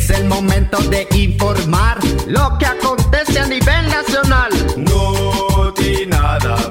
Es el momento de informar lo que acontece a nivel nacional. Notinada.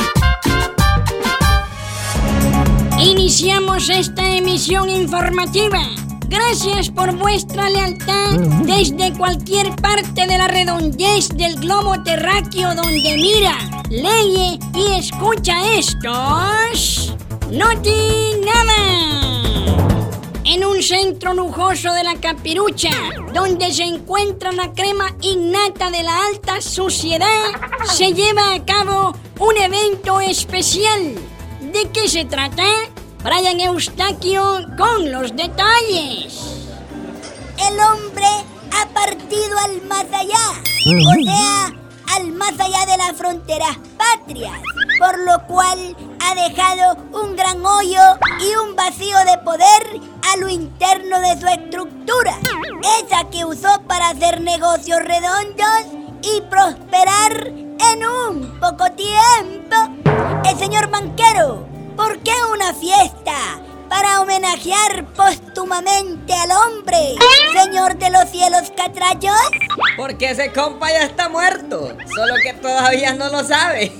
Iniciamos esta emisión informativa. Gracias por vuestra lealtad desde cualquier parte de la redondez del globo terráqueo donde mira, lee y escucha estos Notinada. En un centro lujoso de la Capirucha, donde se encuentra la crema innata de la alta sociedad, se lleva a cabo un evento especial. ¿De qué se trata? Brian Eustaquio con los detalles. El hombre ha partido al más allá, o sea, al más allá de las fronteras patrias, por lo cual ha dejado un gran hoyo y un vacío de poder a lo interno de su estructura, esa que usó para hacer negocios redondos y prosperar en un poco tiempo. El señor banquero, ¿por qué una fiesta para homenajear póstumamente al hombre, señor de los cielos catrachos? Porque ese compa ya está muerto, solo que todavía no lo sabe.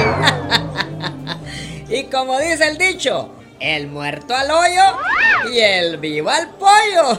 Y como dice el dicho, el muerto al hoyo y el vivo al pollo.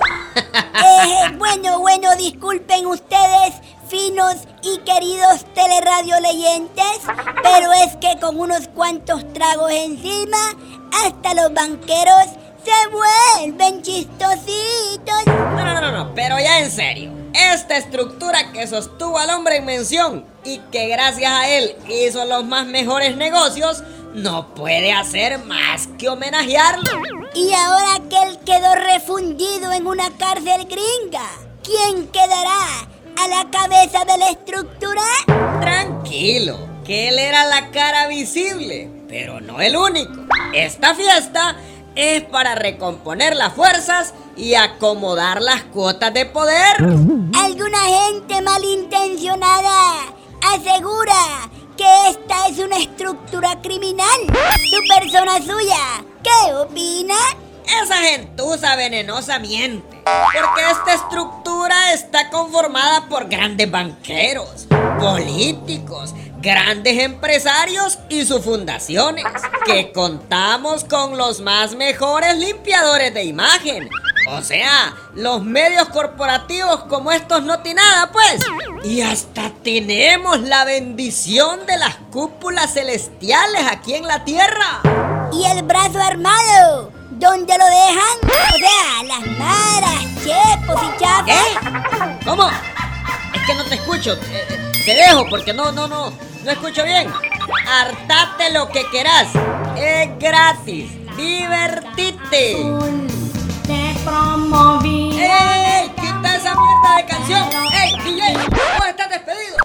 Bueno, disculpen ustedes, finos y queridos teleradio leyentes, pero es que con unos cuantos tragos encima, hasta los banqueros se vuelven chistositos. No, pero ya en serio, esta estructura que sostuvo al hombre en mención y que gracias a él hizo los más mejores negocios, no puede hacer más que homenajearlo. Y ahora que él quedó refundido en una cárcel gringa, ¿quién quedará a la cabeza de la estructura? Tranquilo, que él era la cara visible, pero no el único. Esta fiesta es para recomponer las fuerzas y acomodar las cuotas de poder. Alguna gente malintencionada asegura que esta es una estructura criminal, su persona suya. ¿Qué opina? Esa gentuza venenosa miente, porque esta estructura está conformada por grandes banqueros, políticos, grandes empresarios y sus fundaciones, que contamos con los más mejores limpiadores de imagen. O sea, los medios corporativos como estos Notinada, pues. Y hasta tenemos la bendición de las cúpulas celestiales aquí en la tierra. ¿Y el brazo armado? ¿Dónde lo dejan? O sea, las maras, chepos y chapos. ¿Qué? ¿Cómo? Es que no te escucho. Te dejo porque no escucho bien. Hartate lo que querás. Es gratis. Divertite. Te promoví. ¡Ey! ¡Quita esa mierda de canción! ¡Ey, DJ! ¡Vos estás despedido!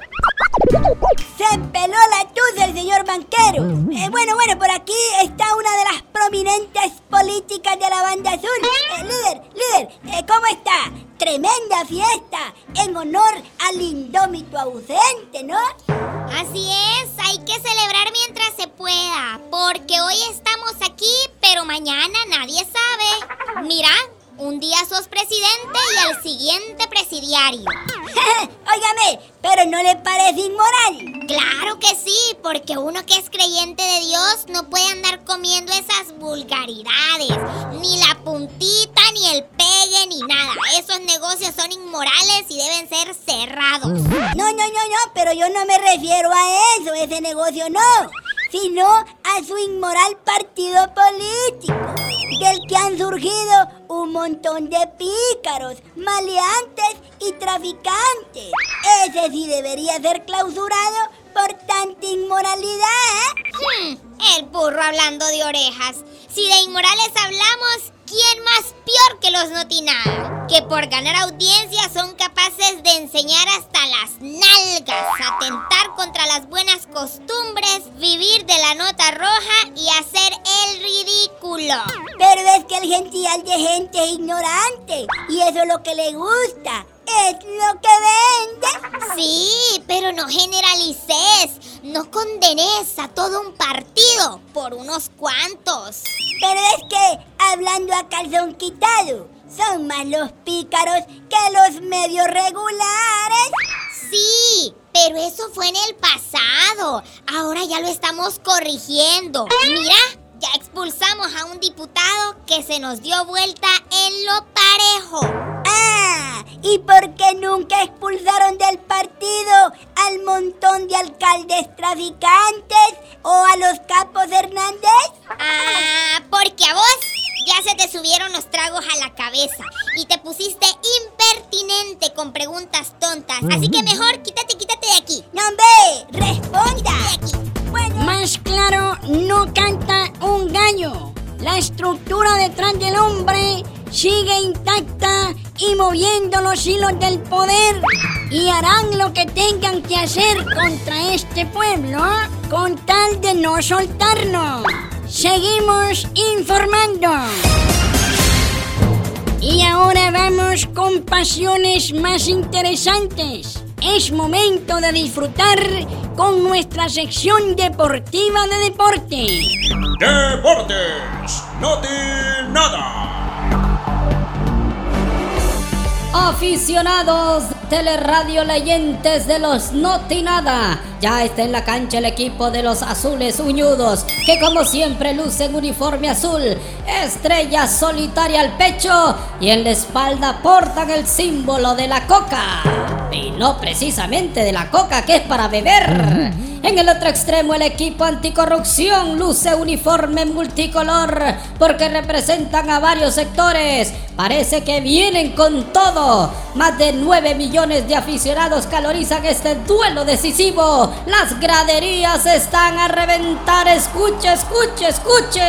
Se peló la tuya el señor banquero. Bueno, por aquí está una de las prominentes políticas de la banda azul. Líder, ¿cómo está? Tremenda fiesta en honor al indómito ausente, ¿no? Así es, hay que celebrar mientras se pueda, porque hoy estamos aquí, pero mañana nadie sabe. Mira, un día sos presidente y al siguiente presidiario. Óigame, ¿pero no le parece inmoral? Claro que sí, porque uno que es creyente de Dios no puede andar comiendo esas vulgaridades, ni la puntita, ni el pegue, ni nada. Esos negocios son inmorales y deben ser cerrados. No, pero yo no me refiero a eso, ese negocio no, sino a su inmoral partido político, del que han surgido un montón de pícaros, maleantes y traficantes. Ese sí debería ser clausurado por tanta inmoralidad. El burro hablando de orejas. Si de inmorales hablamos, ¿quién más peor que los Notinada? Que por ganar audiencia son capaces de enseñar hasta las nalgas, atentar contra las buenas costumbres, vivir de la nota roja y hacer el ridículo. Pero es que el gentil de gente es ignorante y eso es lo que le gusta. Es lo que vende. Sí, pero no generalices, no condenes a todo un partido por unos cuantos. Pero es que, hablando a calzón quitado, Son más los pícaros que los medios regulares. Sí, pero eso fue en el pasado. Ahora ya lo estamos corrigiendo. Y mira, ya expulsamos a un diputado que se nos dio vuelta en lo parejo. Ah, ¿y por qué nunca expulsaron del partido al montón de alcaldes traficantes o a los capos Hernández? Ah, porque a vos ya se te subieron los tragos a la cabeza y te pusiste impertinente con preguntas tontas. Así que mejor quítate de aquí. ¡No, hombre! ¡Responda! De aquí. Bueno, Más claro, no canta un gallo. La estructura detrás del hombre sigue intacta y moviendo los hilos del poder. Y harán lo que tengan que hacer contra este pueblo, con tal de no soltarnos. Seguimos informando. Y ahora vamos con pasiones más interesantes. Es momento de disfrutar con nuestra sección deportiva de deporte. Deportes Notinada. Aficionados, teleradio leyentes de los Notinada, ya está en la cancha el equipo de los Azules Uñudos, que como siempre lucen uniforme azul, estrella solitaria al pecho y en la espalda portan el símbolo de la coca. Y no precisamente de la coca, que es para beber. En el otro extremo el equipo anticorrupción luce uniforme multicolor porque representan a varios sectores. Parece que vienen con todo. Más de 9 millones de aficionados calorizan este duelo decisivo. Las graderías están a reventar. Escuche, escuche, escuche.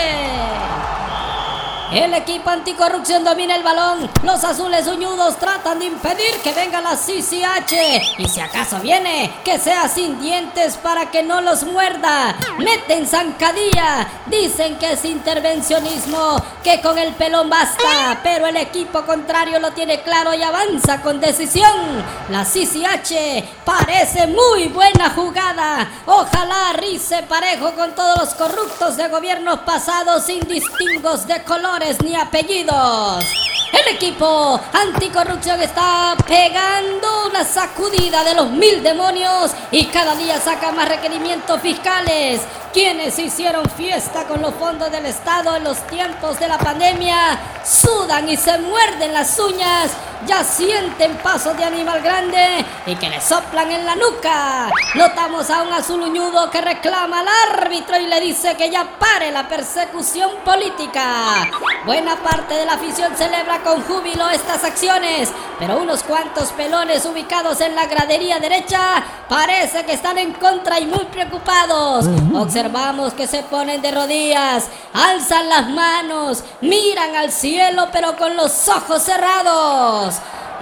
El equipo anticorrupción domina el balón. Los Azules Uñudos tratan de impedir que venga la CCH. Y si acaso viene, que sea sin dientes para que no los muerda. Meten zancadilla. Dicen que es intervencionismo, que con el pelón basta. Pero el equipo contrario lo tiene claro y avanza con decisión. La CCH parece muy buena jugada. Ojalá rice parejo con todos los corruptos de gobiernos pasados sin distingos de colores ni apellidos. El equipo anticorrupción está pegando una sacudida de los 1000 demonios y cada día saca más requerimientos fiscales. Quienes hicieron fiesta con los fondos del Estado en los tiempos de la pandemia sudan y se muerden las uñas. Ya sienten pasos de animal grande y que le soplan en la nuca. Notamos a un azul uñudo que reclama al árbitro y le dice que ya pare la persecución política. Buena parte de la afición celebra con júbilo estas acciones, pero unos cuantos pelones ubicados en la gradería derecha parece que están en contra y muy preocupados. Observamos que se ponen de rodillas, alzan las manos, miran al cielo pero con los ojos cerrados.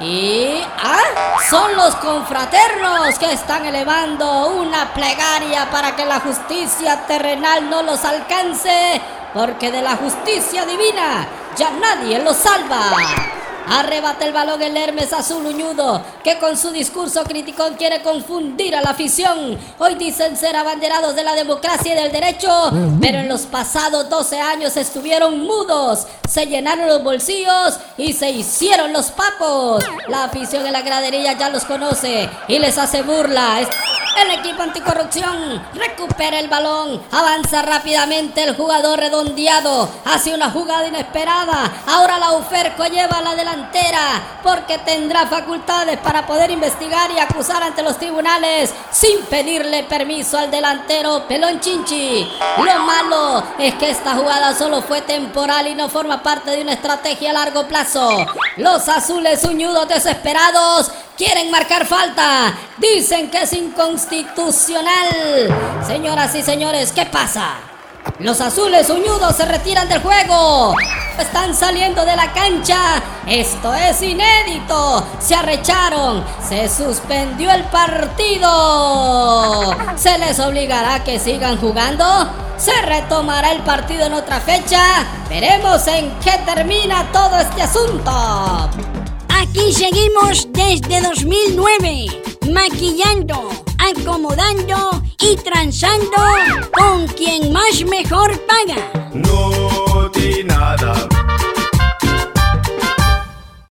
Y son los confraternos que están elevando una plegaria para que la justicia terrenal no los alcance, porque de la justicia divina ya nadie los salva. Arrebata el balón el Hermes Azul Uñudo, que con su discurso criticón quiere confundir a la afición. Hoy dicen ser abanderados de la democracia y del derecho, pero en los pasados 12 años estuvieron mudos, se llenaron los bolsillos y se hicieron los papos. La afición en la gradería ya los conoce y les hace burla. El equipo anticorrupción recupera el balón, avanza rápidamente el jugador redondeado, hace una jugada inesperada. Ahora la UFERCO lleva a la delantera porque tendrá facultades para poder investigar y acusar ante los tribunales sin pedirle permiso al delantero Pelón Chinchi. Lo malo es que esta jugada solo fue temporal y no forma parte de una estrategia a largo plazo. Los Azules Uñudos desesperados quieren marcar falta. Dicen que es inconstitucional. Señoras y señores, ¿qué pasa? Los Azules Uñudos se retiran del juego. Están saliendo de la cancha. Esto es inédito. Se arrecharon. Se suspendió el partido. ¿Se les obligará a que sigan jugando? ¿Se retomará el partido en otra fecha? Veremos en qué termina todo este asunto. Aquí seguimos desde 2009, maquillando, acomodando y transando con quien más mejor paga. Notinada.